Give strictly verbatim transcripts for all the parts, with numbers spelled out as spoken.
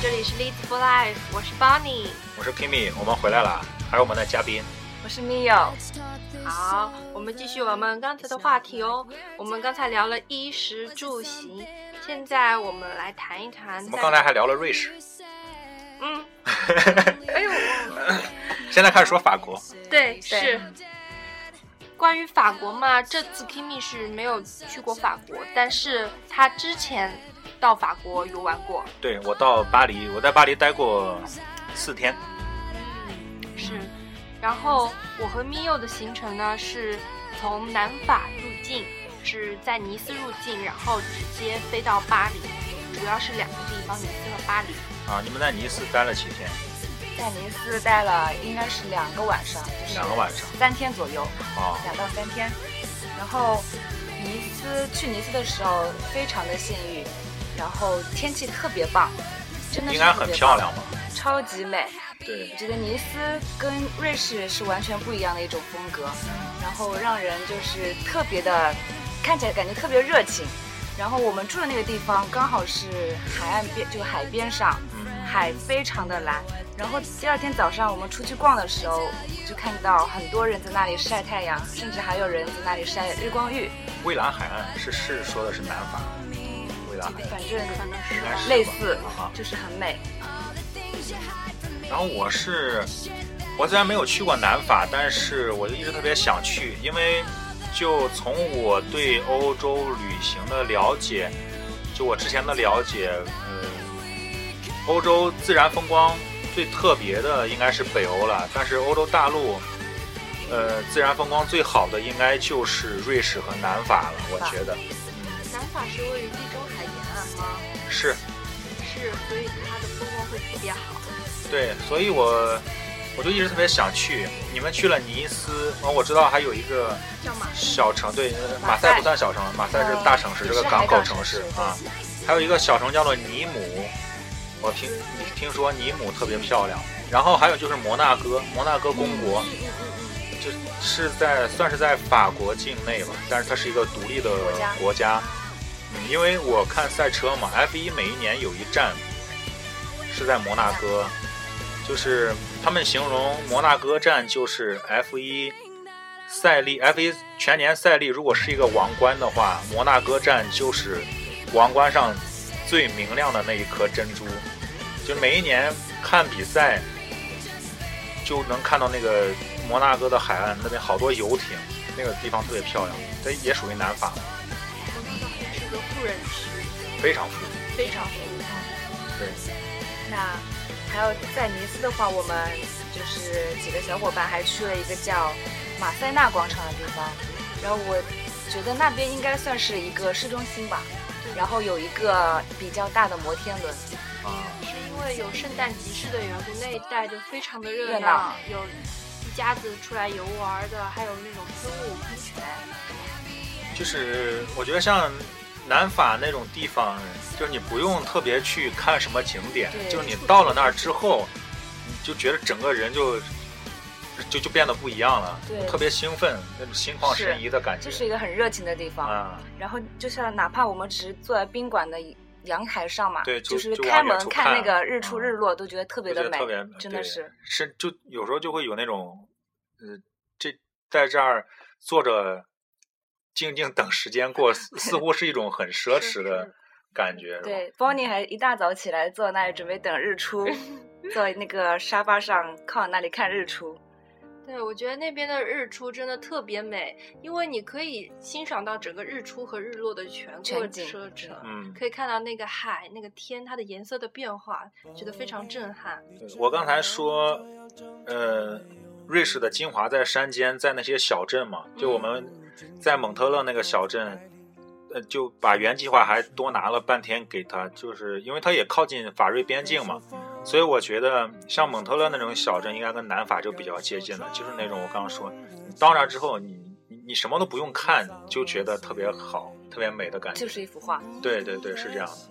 这里是 Leads for Life， 我是 Bonnie， 我是 Kimi， 我们回来了，还有我们的嘉宾， 我是 Mio。 好，我们继续我们刚才的话题哦。我们刚才聊了衣食住行，现在我们来谈一谈。 我们刚才还聊了瑞士。 嗯。哎呦， 现在开始说法国。 对，是。关于法国嘛，这次 Kimi 是没有去过法国，但是他之前到法国游玩过。 对，我到巴黎，我在巴黎待过四天。 嗯，是。然后我和 Mio 的行程呢是从南法入境，是在尼斯入境，然后直接飞到巴黎，主要是两个地方，尼斯和巴黎。 啊，你们在尼斯待了几天？ 在尼斯待了应该是两个晚上，就是两个晚上， 三天左右， 哦， 两到三天。然后尼斯去尼斯的时候非常的幸运，然后天气特别棒，真的是应该很漂亮吧？ 超级美。 对， 我觉得尼斯跟瑞士是完全不一样的一种风格，然后让人就是特别的，看起来感觉特别热情。然后我们住的那个地方刚好是海岸边，就海边上，海非常的蓝。然后第二天早上我们出去逛的时候，就看到很多人在那里晒太阳，甚至还有人在那里晒日光浴。 蔚蓝海岸是是说的是南法，蔚蓝海岸， 反正可能是类似， 啊、 就是很美。 然后我是，我虽然没有去过南法，但是我就一直特别想去，因为就从我对欧洲旅行的了解，就我之前的了解，呃，欧洲自然风光最特别的应该是北欧了，但是欧洲大陆，呃，自然风光最好的应该就是瑞士和南法了，我觉得。 嗯，南法是位于地中海沿岸吗？ 是。 是，所以它的风光会特别好。 对，所以我我就一直特别想去。你们去了尼斯，哦，我知道还有一个小城，对，马赛不算小城，马赛是大城市，这个港口城市啊。还有一个小城叫做尼姆，我听听说尼姆特别漂亮。然后还有就是摩纳哥，摩纳哥公国，就是在算是在法国境内吧，但是它是一个独立的国家。嗯，因为我看赛车嘛 ，F 一 每一年有一站是在摩纳哥。就是他们形容摩纳哥站就是 F 一 赛例 F 一 全年赛例，如果是一个王冠的话，摩纳哥站就是王冠上最明亮的那一颗珍珠。就每一年看比赛就能看到那个摩纳哥的海岸那边好多游艇，那个地方特别漂亮，这也属于南法。 是个富人区， 非常富， 非常富。 对， 那还有在尼斯的话，我们就是几个小伙伴还去了一个叫马塞纳广场的地方，然后我觉得那边应该算是一个市中心吧，然后有一个比较大的摩天轮。 啊，是因为有圣诞集市的缘故，那一带就非常的热闹，有一家子出来游玩的，还有那种喷雾喷泉。 就是我觉得像南法那种地方，就是你不用特别去看什么景点，就是你到了那儿之后，你就觉得整个人就就就变得不一样了，特别兴奋，那种心旷神怡的感觉。 这是一个很热情的地方啊。然后就像哪怕我们只是坐在宾馆的阳台上嘛， 对， 就, 就是开门看那个日出日落，都觉得特别的美， 特别真的是是就有时候就会有那种，呃，这在这儿坐着。静静等时间过，似乎是一种很奢侈的感觉。 对 ，Bonnie 还一大早起来坐那里准备等日出，坐在那个沙发上靠那里看日出。 对，我觉得那边的日出真的特别美，因为你可以欣赏到整个日出和日落的全过车程， 嗯， 可以看到那个海、那个天它的颜色的变化，觉得非常震撼。 我刚才说，呃，瑞士的精华在山间，在那些小镇嘛，就我们。在蒙特勒那个小镇，呃，就把原计划还多拿了半天给他，就是因为他也靠近法瑞边境嘛，所以我觉得像蒙特勒那种小镇应该跟南法就比较接近了，就是那种我刚刚说，你到那之后你你你什么都不用看，就觉得特别好、特别美的感觉， 就是一幅画。 对对对，是这样的。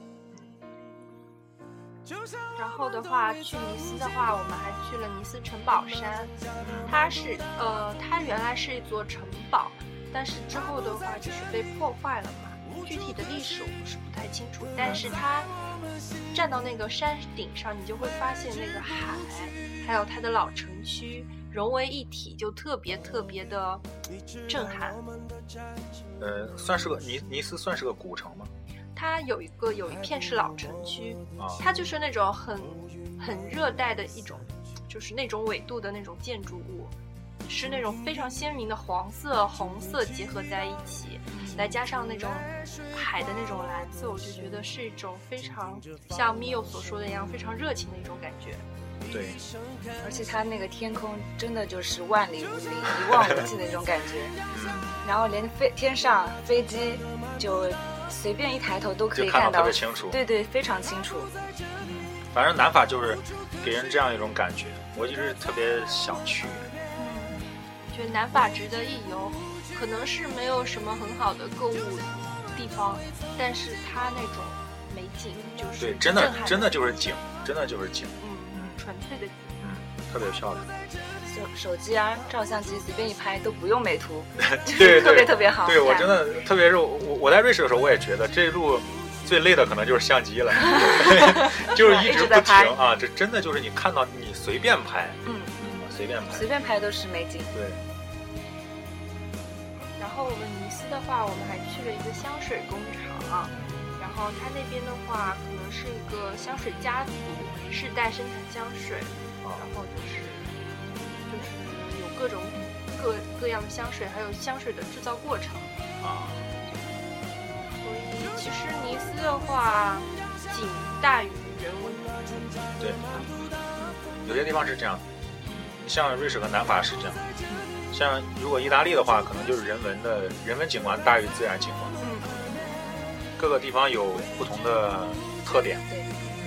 然后的话，去尼斯的话，我们还去了尼斯城堡山，它是呃，它原来是一座城堡。但是之后的话就是被破坏了嘛，具体的历史我们是不太清楚，但是它站到那个山顶上，你就会发现那个海，还有它的老城区融为一体，就特别特别的震撼。 呃，算是个尼尼斯算是个古城吗？ 它有一个有一片是老城区， 啊， 它就是那种很很热带的一种，就是那种纬度的那种建筑物，是那种非常鲜明的黄色、红色结合在一起，来加上那种海的那种蓝色，我就觉得是一种非常像 Mio 所说的一样，非常热情的一种感觉。 对， 而且它那个天空真的就是万里无云、一望无际的那种感觉。 嗯， 然后连飞天上飞机就随便一抬头都可以看到， 特别清楚。 对对，非常清楚。 反正南法就是给人这样一种感觉，我一直特别想去。 嗯，觉得南法值得一游，可能是没有什么很好的购物地方，但是它那种美景就是对，真的真的就是景，真的就是景。 嗯嗯，纯粹的景。 嗯，特别漂亮。 手手机啊，照相机随便一拍都不用美图， 对， 特别特别好。 对，我真的，特别是我我在瑞士的时候，我也觉得这路最累的可能就是相机了，就是一直不停啊，这真的就是你看到你随便拍， 嗯嗯，随便拍， 随便拍都是美景。 对。 然后我们尼斯的话，我们还去了一个香水工厂，然后它那边的话，可能是一个香水家族世代生产香水，然后就是就是有各种各各样的香水，还有香水的制造过程啊。 所以其实尼斯的话，景大于人文。 对，有些地方是这样，像瑞士和南法是这样。像如果意大利的话，可能就是人文的人文景观大于自然景观。 嗯， 各个地方有不同的特点。 对。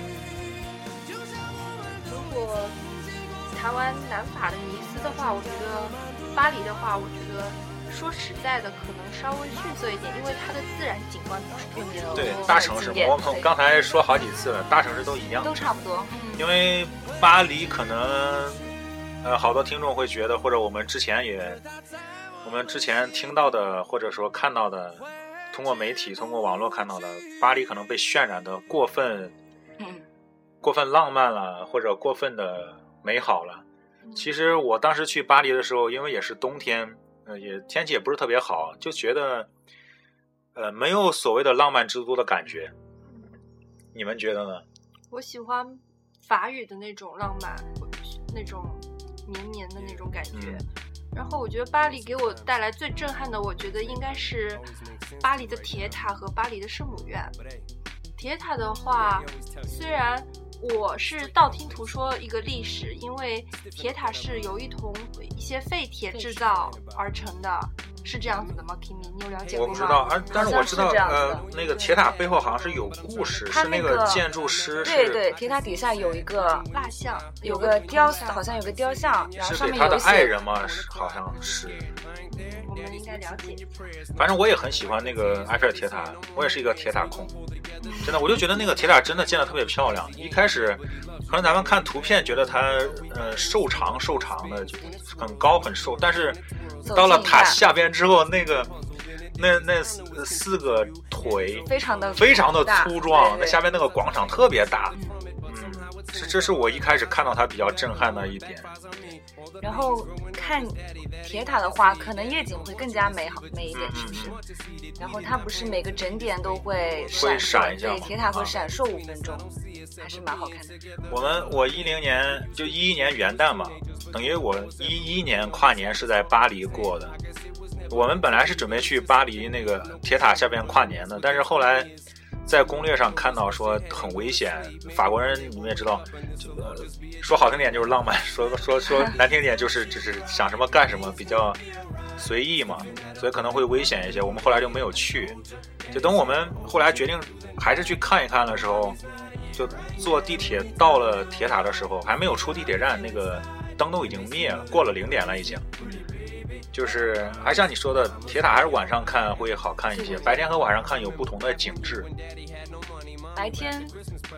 如果谈完南法的尼斯的话，我觉得巴黎的话，我觉得说实在的，可能稍微逊色一点，因为它的自然景观不是特别多。 对，大城市，我们刚才说好几次了，大城市都一样， 都差不多。 嗯、 因为巴黎可能。呃，好多听众会觉得，或者我们之前也，我们之前听到的，或者说看到的，通过媒体、通过网络看到的，巴黎可能被渲染的过分， 嗯， 过分浪漫了，或者过分的美好了。其实我当时去巴黎的时候，因为也是冬天，呃，也天气也不是特别好，就觉得，呃，没有所谓的浪漫之都的感觉。你们觉得呢？ 我喜欢法语的那种浪漫，那种。绵绵的那种感觉、嗯、然后我觉得巴黎给我带来最震撼的，我觉得应该是巴黎的铁塔和巴黎的圣母院。铁塔的话，虽然我是道听途说一个历史，因为铁塔是由一桶一些废铁制造而成的，是这样子的吗 Kimi 你有了解过吗？ 我不知道，而但是我知道呃，那个铁塔背后好像是有故事， 是那个建筑师对对，铁塔底下有一个蜡像， 有个雕，好像有个雕像，然后上面有一些是给他的爱人吗？好像是。 我们应该了解。 反正我也很喜欢那个埃菲尔铁塔，我也是一个铁塔控。真的，我就觉得那个铁塔真的建得特别漂亮。一开始，可能咱们看图片觉得它呃瘦长瘦长的，就很高很瘦，但是到了塔下边之后，那个那那四个腿非常的非常的粗壮，那下边那个广场特别大。嗯，是这是我一开始看到它比较震撼的一点。 然后看铁塔的话，可能夜景会更加美好美一点，是不是？嗯嗯、然后它不是每个整点都会闪闪一下， 对，铁塔会闪烁五分钟，啊、还是蛮好看的。 我们我一零年就一一年元旦嘛，等于我一一年跨年是在巴黎过的。我们本来是准备去巴黎那个铁塔下边跨年的，但是后来在攻略上看到说很危险，法国人你们也知道，呃、说好听点就是浪漫，说说说难听点就是就是想什么干什么，比较随意嘛，所以可能会危险一些。我们后来就没有去，就等我们后来决定还是去看一看的时候，就坐地铁到了铁塔的时候，还没有出地铁站，那个灯都已经灭了，过了零点了已经。就是还像你说的，铁塔还是晚上看会好看一些，白天和晚上看有不同的景致。 白天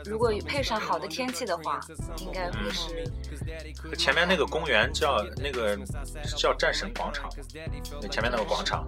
如果配上好的天气的话，应该会是。 嗯、前面那个公园叫那个叫战神广场，那前面那个广场。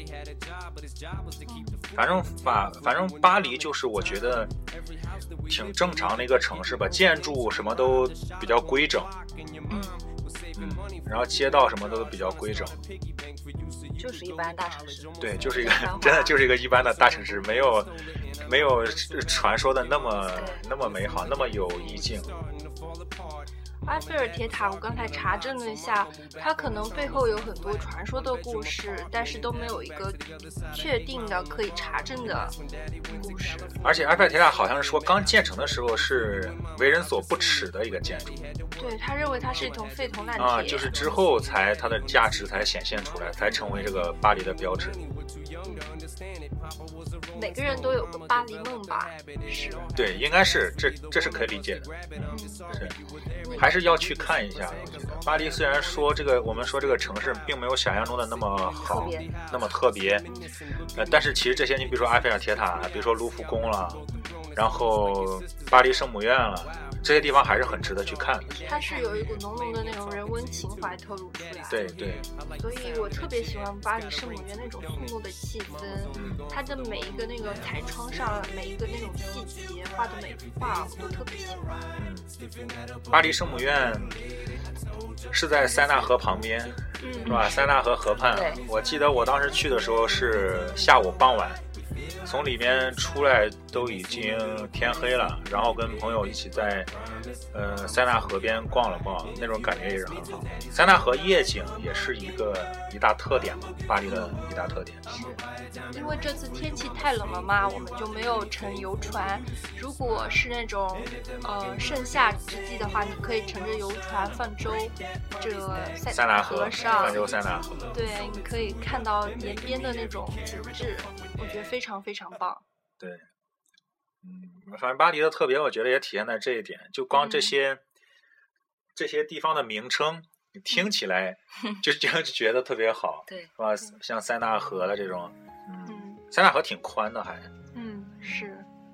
反正法反正巴黎就是我觉得挺正常的一个城市吧，建筑什么都比较规整。 嗯。 嗯，然后街道什么都比较规整， 就是一般大城市。 对，就是一个真的就是一个一般的大城市，没有没有传说的那么那么美好，那么有意境。 埃菲尔铁塔，我刚才查证了一下，它可能背后有很多传说的故事，但是都没有一个确定的可以查证的故事。 而且埃菲尔铁塔好像是说刚建成的时候是为人所不齿的一个建筑。 对，他认为它是一桶废铜烂铁啊，就是之后才它的价值才显现出来，才成为这个巴黎的标志。 每个人都有个巴黎梦吧？是。 对，应该是这这是可以理解的。嗯，是，还是要去看一下。我觉得巴黎虽然说这个我们说这个城市并没有想象中的那么好，那么特别，呃，但是其实这些你比如说埃菲尔铁塔，比如说卢浮宫了，然后巴黎圣母院了。这些地方还是很值得去看的， 它是有一股浓浓的那种人文情怀透露出来。 对对， 所以我特别喜欢巴黎圣母院那种肃穆的气氛，嗯、它的每一个那个彩窗上每一个那种细节画的每幅画我都特别喜欢。 嗯，巴黎圣母院是在塞纳河旁边，嗯、是吧？塞纳河河畔，我记得我当时去的时候是下午傍晚。从里面出来都已经天黑了，然后跟朋友一起在呃塞纳河边逛了逛，那种感觉也是很好。塞纳河夜景也是一个一大特点嘛，巴黎的一大特点。 是，因为这次天气太冷了嘛，我们就没有乘游船。如果是那种呃盛夏之际的话，你可以乘着游船泛舟这个塞纳河上， 泛舟塞纳河。 对，你可以看到沿边的那种景致，我觉得非常非常棒。 对，嗯，反正巴黎的特别，我觉得也体现在这一点。就光这些、嗯、这些地方的名称，你听起来就就就觉得特别好， 对， 是吧？像塞纳河的这种，嗯，嗯塞纳河挺宽的还， 嗯，是。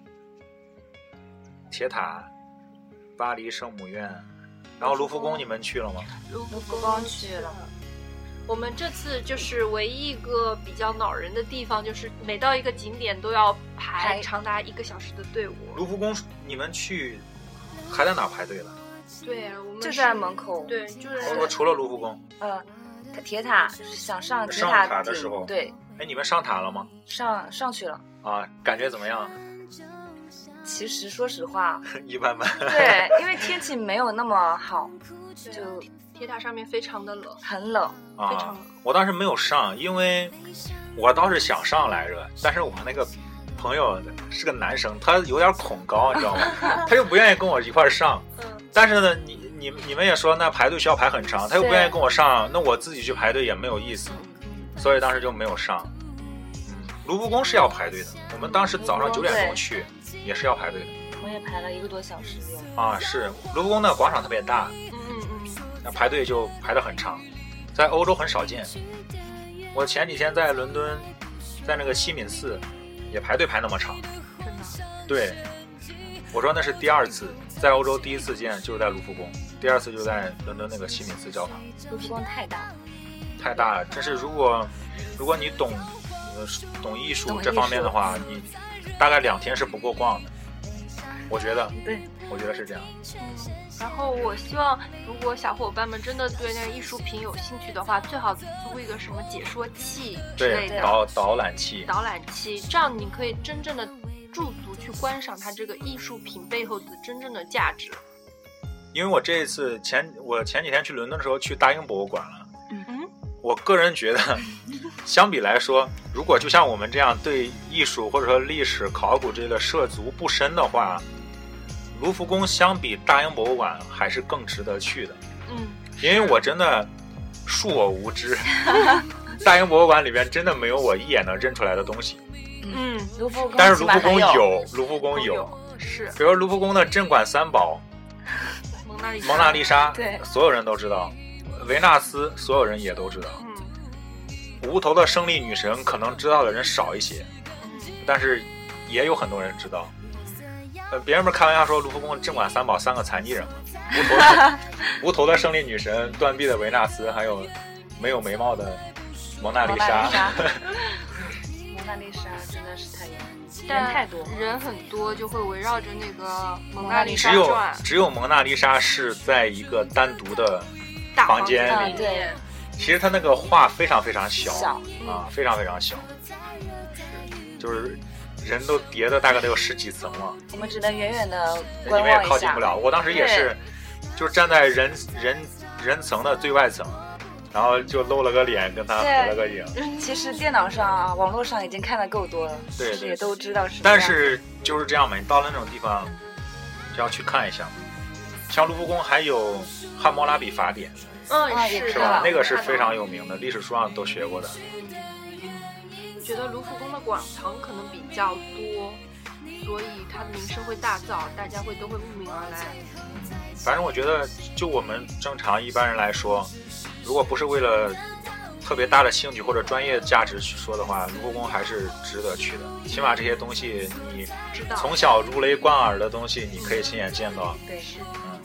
铁塔、巴黎圣母院，然后卢浮宫你们去了吗？ 卢浮宫去了。我们这次就是唯一一个比较恼人的地方，就是每到一个景点都要排长达一个小时的队伍。 卢浮宫你们去还在哪排队了？ 对，我们就在门口。 对，就是。 我除了卢浮宫， 呃，铁塔想上铁塔上塔的时候， 对。 哎，你们上塔了吗？ 上上去了。 啊，感觉怎么样？ 其实说实话， 一般般。 对，因为天气没有那么好，就。 铁塔上面非常的冷， 很冷， 啊、 非常冷。 我当时没有上，因为我倒是想上来着，但是我那个朋友是个男生，他有点恐高，你知道吗？他就不愿意跟我一块上。嗯。但是呢，你你你们也说那排队需要排很长，他又不愿意跟我上，那我自己去排队也没有意思，所以当时就没有上。嗯，卢浮宫是要排队的，我们当时早上九点钟去，也是要排队的。 我也排了一个多小时有。 啊，是卢浮宫的广场特别大。那排队就排得很长，在欧洲很少见。我前几天在伦敦，在那个西敏寺，也排队排那么长。 真的？ 对，我说那是第二次，在欧洲第一次见就是在卢浮宫，第二次就在伦敦那个西敏寺教堂。 卢浮宫太大， 太大了。真是如果如果你懂呃懂艺术这方面的话，你大概两天是不够逛的。我觉得， 对， 我觉得是这样。 然后我希望，如果小伙伴们真的对那个艺术品有兴趣的话，最好租一个什么解说器之类的， 对，导导览器， 导览器，这样你可以真正的驻足去观赏它这个艺术品背后的真正的价值。 因为我这一次前我前几天去伦敦的时候去大英博物馆了， 嗯嗯， 我个人觉得，相比来说，如果就像我们这样对艺术或者说历史考古这个涉足不深的话，卢浮宫相比大英博物馆还是更值得去的。 嗯， 因为我真的恕我无知，大英博物馆里面真的没有我一眼能认出来的东西。 嗯， 卢浮宫， 但是卢浮宫有，卢浮宫有， 是， 比如卢浮宫的镇馆三宝， 蒙娜丽莎， 蒙娜丽莎， 对， 所有人都知道，维纳斯，所有人也都知道。 嗯， 无头的胜利女神可能知道的人少一些，但是也有很多人知道。 呃，别人不是开玩笑说卢浮宫镇馆三宝三个残疾人吗？无头的无头的胜利女神，断臂的维纳斯，还有没有眉毛的蒙娜丽莎。 蒙娜丽莎真的是太人太多， 人很多，就会围绕着那个蒙娜丽莎只有转。 只有蒙娜丽莎是在一个单独的房间里， 啊、对。 其实它那个画非常非常小， 小啊，非常非常小，就是人都叠的大概得有十几层了。 我们只能远远的观望一下， 你们也靠近不了。我当时也是，就是站在人人人层的最外层。然后就露了个脸，跟他合了个影。 其实电脑上、啊、网络上已经看得够多了， 对对， 也都知道是。 但是就是这样嘛，你到了那种地方，就要去看一下。像卢浮宫还有《汉谟拉比法典》， 嗯，是是吧？那个是非常有名的，历史书上都学过的。 我觉得卢浮宫的馆藏可能比较多，所以它的名声会大噪，大家会都会慕名而来。 反正我觉得，就我们正常一般人来说，如果不是为了特别大的兴趣或者专业价值去说的话，卢浮宫还是值得去的。起码这些东西你从小如雷贯耳的东西，你可以亲眼见到。 对，是。 嗯。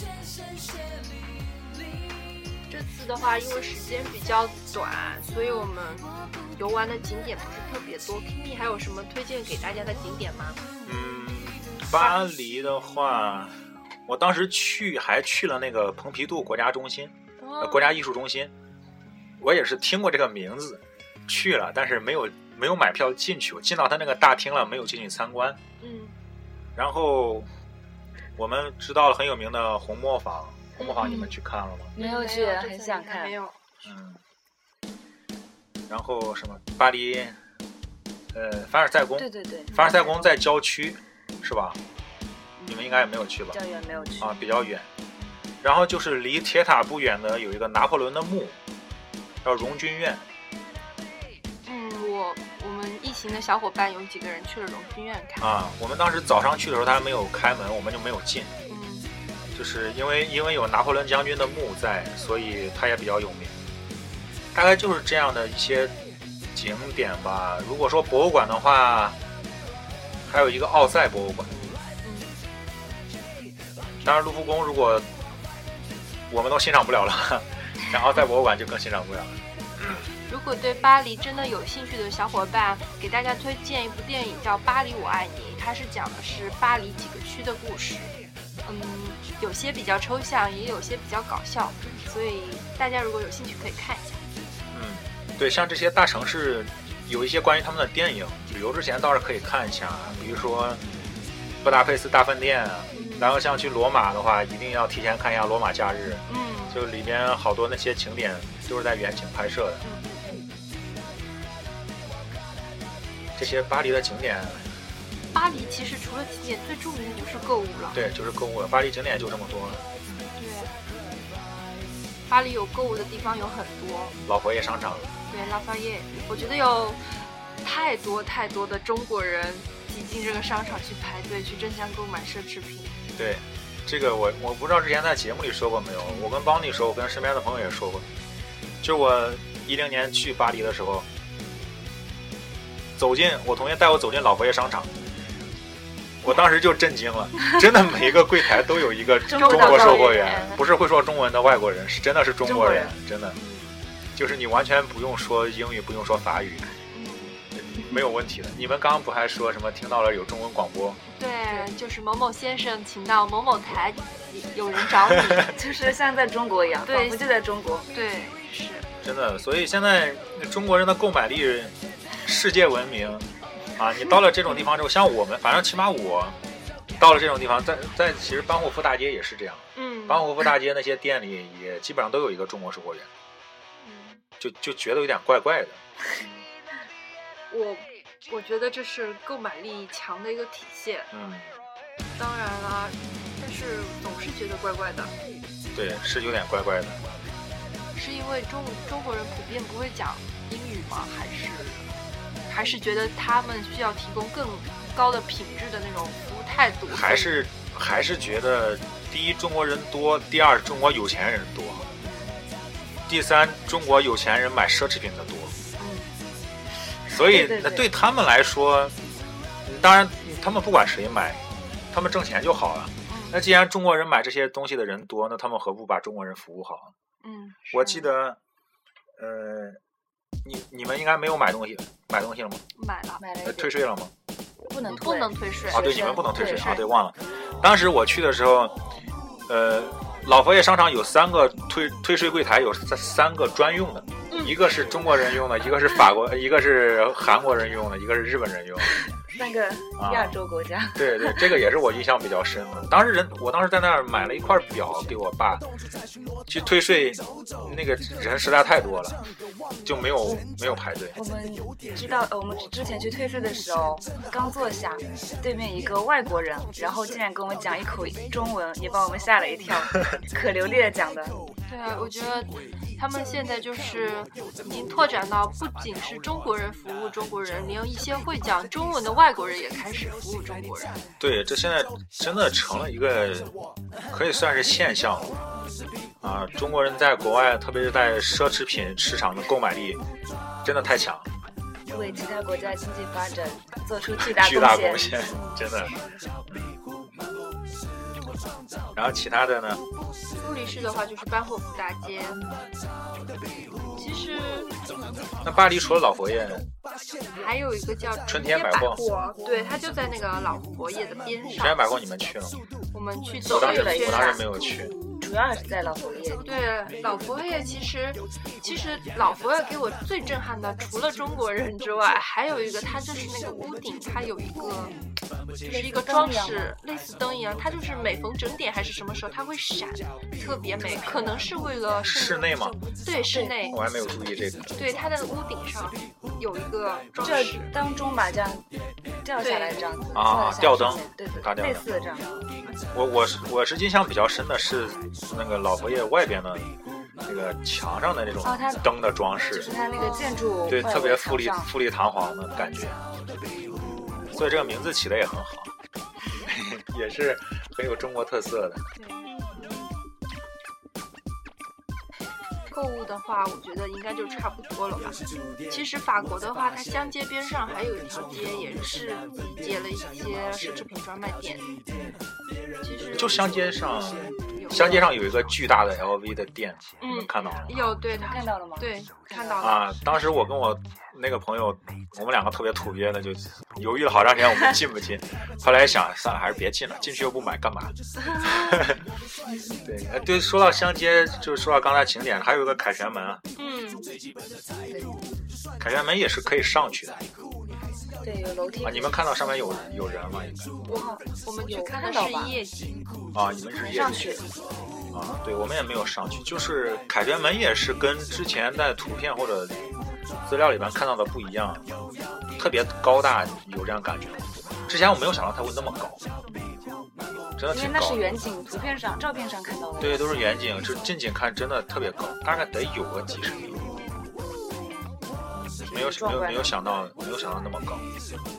这次的话，因为时间比较短，所以我们游玩的景点不是特别多。Kimi 还有什么推荐给大家的景点吗？ 嗯，巴黎的话。我当时去还去了那个蓬皮杜国家中心、 哦呃、国家艺术中心，我也是听过这个名字去了，但是没有没有买票进去，我进到他那个大厅了，没有进去参观。 嗯， 然后我们知道了很有名的红磨坊，红磨坊你们去看了吗？ 没有去，很想看。 没有。 嗯。然后什么巴黎，呃，凡尔赛宫。 对对对。 凡尔赛宫在郊区，是吧？你们应该也没有去吧？ 比较远，没有去啊，比较远。然后就是离铁塔不远的有一个拿破仑的墓，叫荣军院。 嗯，我我们一行的小伙伴有几个人去了荣军院看。 啊，我们当时早上去的时候，他还没有开门，我们就没有进。 嗯， 就是因为因为有拿破仑将军的墓在，所以他也比较有名。大概就是这样的一些景点吧。如果说博物馆的话，还有一个奥赛博物馆。当然，卢浮宫如果我们都欣赏不了了，然后在博物馆就更欣赏不了了。 如果对巴黎真的有兴趣的小伙伴，给大家推荐一部电影叫《巴黎我爱你》，它是讲的是巴黎几个区的故事。嗯，有些比较抽象，也有些比较搞笑，所以大家如果有兴趣可以看一下。 嗯，对，像这些大城市有一些关于他们的电影，旅游之前倒是可以看一下，比如说布达佩斯大饭店啊。然后像去罗马的话，一定要提前看一下《罗马假日》， 嗯， 就里边好多那些景点都是在远景拍摄的。 嗯， 这些巴黎的景点， 巴黎其实除了景点，最著名的就是购物了。 对，就是购物了。巴黎景点就这么多。 对，巴黎有购物的地方有很多， 老佛爷商场， 对，拉法叶，我觉得有太多太多的中国人挤进这个商场去排队去争相购买奢侈品。 对，这个我我不知道之前在节目里说过没有，我跟邦尼说，我跟身边的朋友也说过，就我一零年去巴黎的时候，走进我同学带我走进老佛爷商场，我当时就震惊了，真的每一个柜台都有一个中国售货员，不是会说中文的外国人，是真的是中国人，真的，就是你完全不用说英语，不用说法语。没有问题的。你们刚刚不还说什么听到了有中文广播？ 对，就是某某先生请到某某台，有人找你， 就是像在中国一样， 对， 仿佛就在中国。 对，是真的。所以现在中国人的购买力世界闻名啊！你到了这种地方之后，像我们，反正起码我到了这种地方，在在其实班霍夫大街也是这样。 嗯， 班霍夫大街那些店里也基本上都有一个中国售货员， 嗯， 就就觉得有点怪怪的。 我我觉得这是购买力强的一个体现。 嗯， 当然了，但是总是觉得怪怪的。 对，是有点怪怪的。 是因为中中国人普遍不会讲英语吗？还是还是觉得他们需要提供更高的品质的那种服务态度？ 还是还是觉得第一中国人多，第二中国有钱人多，第三中国有钱人买奢侈品的多。所以对对对对他们来说，当然他们不管谁买， 他们挣钱就好了。那既然中国人买这些东西的人多，那他们何不把中国人服务好？ 嗯， 我记得，呃，你你们应该没有买东西，买东西了吗？ 买了， 买了、 呃。退税了吗？ 不能退， 不能退税。 啊，对，你们不能退税啊，对，忘了。当时我去的时候，呃，老佛爷商场有三个退退税柜台，有三三个专用的。一个是中国人用的，一个是法国，一个是韩国人用的，一个是日本人用的， 三个亚洲国家。 啊、对对，这个也是我印象比较深的。当时人，我当时在那儿买了一块表给我爸去退税，那个人实在太多了，就没有没有排队。 我们知道，我们之前去退税的时候，刚坐下，对面一个外国人，然后竟然跟我们讲一口中文，也把我们吓了一跳，可流利的讲的。 对啊，我觉得他们现在就是已经拓展到不仅是中国人服务中国人，连一些会讲中文的外国人也开始服务中国人。 对，这现在真的成了一个可以算是现象啊！中国人在国外，特别是在奢侈品市场的购买力真的太强， 为其他国家经济发展做出巨大巨大贡献，真的。然后其他的呢？ 富力士的话就是班霍夫大街。其实， 那巴黎除了老佛爷， 还有一个叫春天百货，对，它就在那个老佛爷的边上。 春天百货你们去了吗？ 我们去走了一圈， 我当时没有去。 主要还是在老佛爷。 对，老佛爷其实，其实老佛爷给我最震撼的，除了中国人之外，还有一个，它就是那个屋顶，它有一个，就是一个装饰，类似灯一样，它就是每逢整点还是什么时候，它会闪，特别美。可能是为了室内吗？ 对，室内。 我还没有注意这个。 对，它的屋顶上有一个装饰， 当中把这样掉下来这样子啊，吊灯， 对对， 大吊灯， 类似的这样。 我我是我是印象比较深的是那个老佛爷外边的那个墙上的那种灯的装饰， 就是它那个建筑， 对，特别富丽富丽堂皇的感觉，所以这个名字起的也很好，也是很有中国特色的。 购物的话，我觉得应该就差不多了吧。其实法国的话，它乡街边上还有一条街，也是集结了一些奢侈品专卖店。其实就乡街上，乡街上有一个巨大的 L V 的店， 嗯、 你们看到了吗？ 有，对， 看到了吗？ 对，看到了。 啊，当时我跟我那个朋友，我们两个特别土鳖的，就犹豫了好长时间，我们进不进？后来想，算了，还是别进了，进去又不买，干嘛？对，对，说到乡街，就说到刚才景点，还有一个凯旋门啊。 嗯， 凯旋门也是可以上去的。 对，有楼梯啊！你们看到上面有有人吗？应该。 我我们去看的是夜景。 啊，你们是夜景。啊，对，我们也没有上去。就是凯旋门也是跟之前在图片或者资料里边看到的不一样，特别高大，有这样感觉。之前我没有想到它会那么高，真的挺高。 因为那是远景，图片上、照片上看到的。 对，都是远景，就近景看真的特别高，大概得有个几十米。没有没有没有想到没有想到那么高。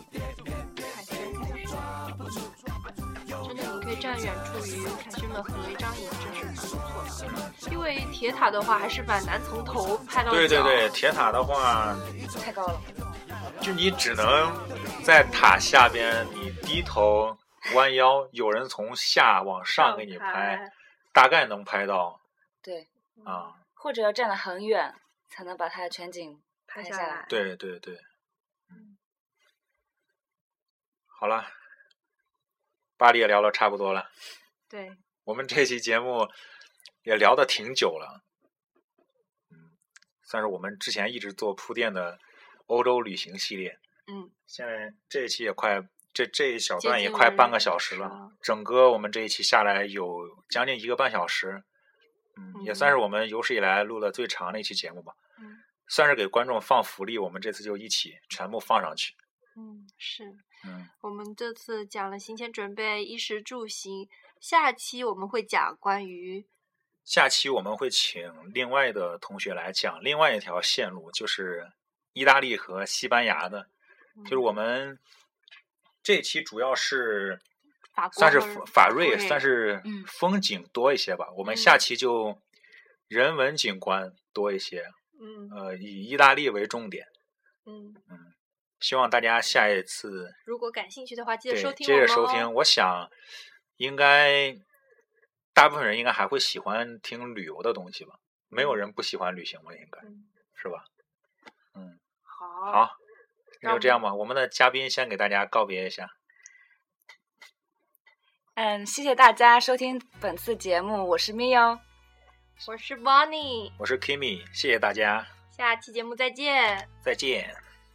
真的，你可以站远处与凯旋门合一张影，真是蛮不错的。因为铁塔的话还是蛮难从头拍到脚。 对对对，铁塔的话太高了， 就你只能在塔下边，你低头弯腰，有人从下往上给你拍，大概能拍到。 对啊， 或者要站得很远，才能把它的全景拍下来。 对对对，嗯，好了，巴黎也聊了差不多了。 对， 我们这期节目也聊得挺久了，嗯，算是我们之前一直做铺垫的欧洲旅行系列。 嗯， 现在这一期也快，这这一小段也快半个小时了，整个我们这一期下来有将近一个半小时，嗯，嗯也算是我们有史以来录的最长的一期节目吧。 嗯。 算是给观众放福利，我们这次就一起全部放上去。 嗯，是。 嗯， 我们这次讲了行前准备、衣食住行，下期我们会讲关于。 下期我们会请另外的同学来讲另外一条线路，就是意大利和西班牙的。嗯、就是我们这一期主要是法国算是法瑞，算是风景多一些吧。 嗯、 我们下期就人文景观多一些。 嗯， 呃，以意大利为重点。 嗯嗯， 希望大家下一次如果感兴趣的话，记得收听我接们、哦、 着收听。我想应该大部分人应该还会喜欢听旅游的东西吧，没有人不喜欢旅行吧，应该、嗯、是吧？嗯， 好， 好，那就这样吧。我们的嘉宾先给大家告别一下。 嗯，谢谢大家收听本次节目，我是 Mio， 我是 Bonnie， 我是 Kimi， 谢谢大家， 下期节目再见， 再见。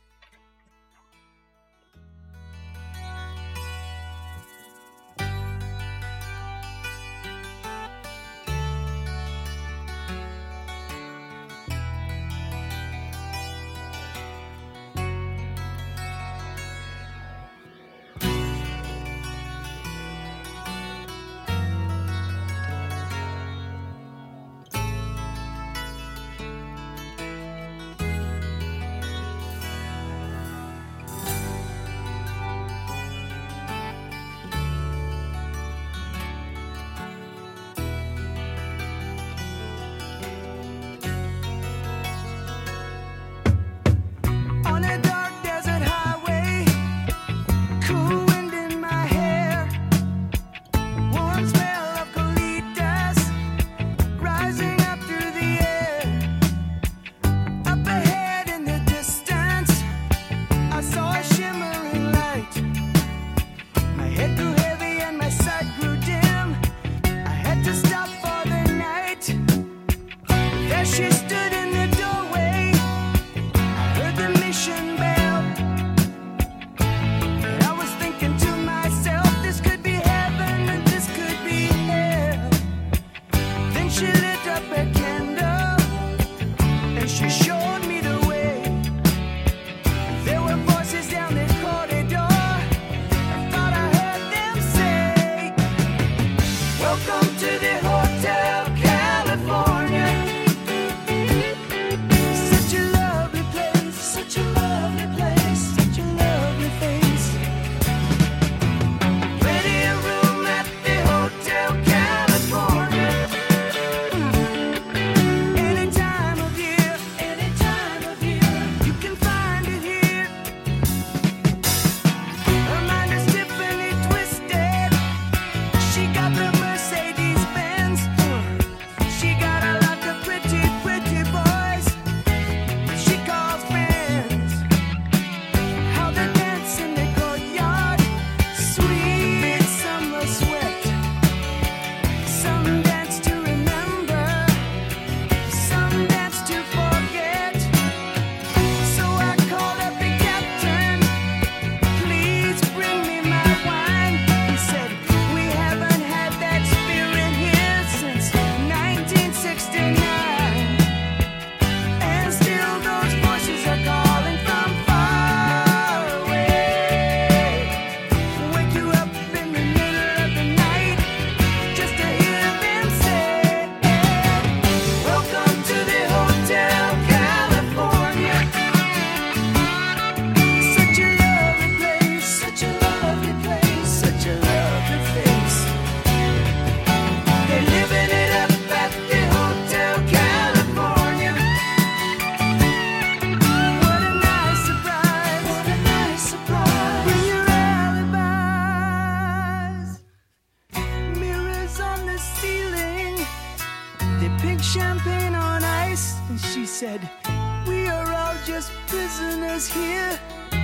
Champagne on ice, and she said, we are all just prisoners here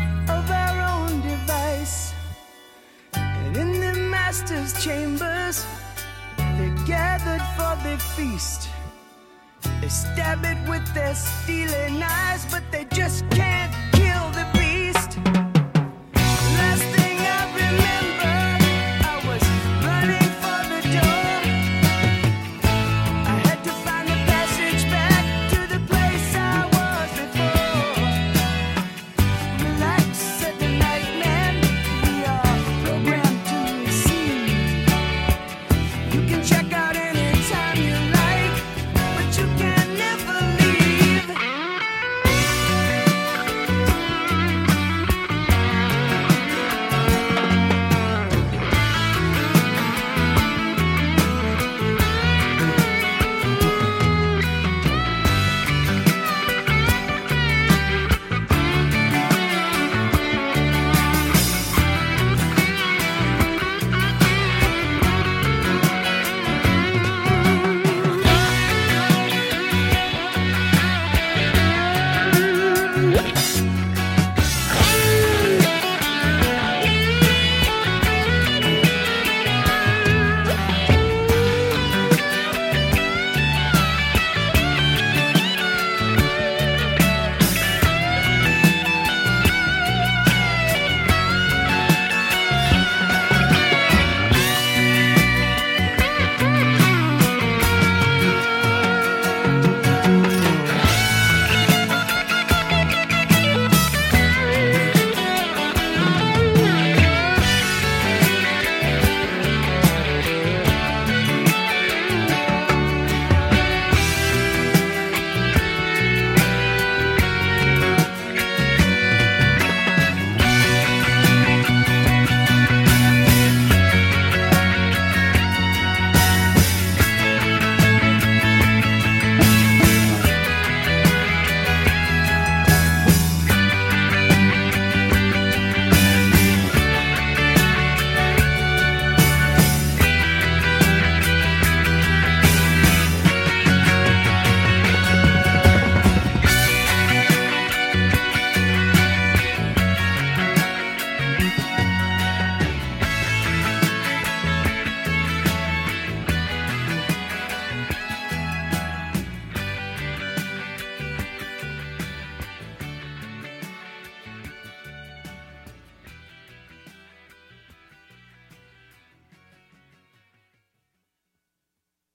of our own device. And in the master's chambers, they're gathered for the feast. They stab it with their steely knives, but they just can't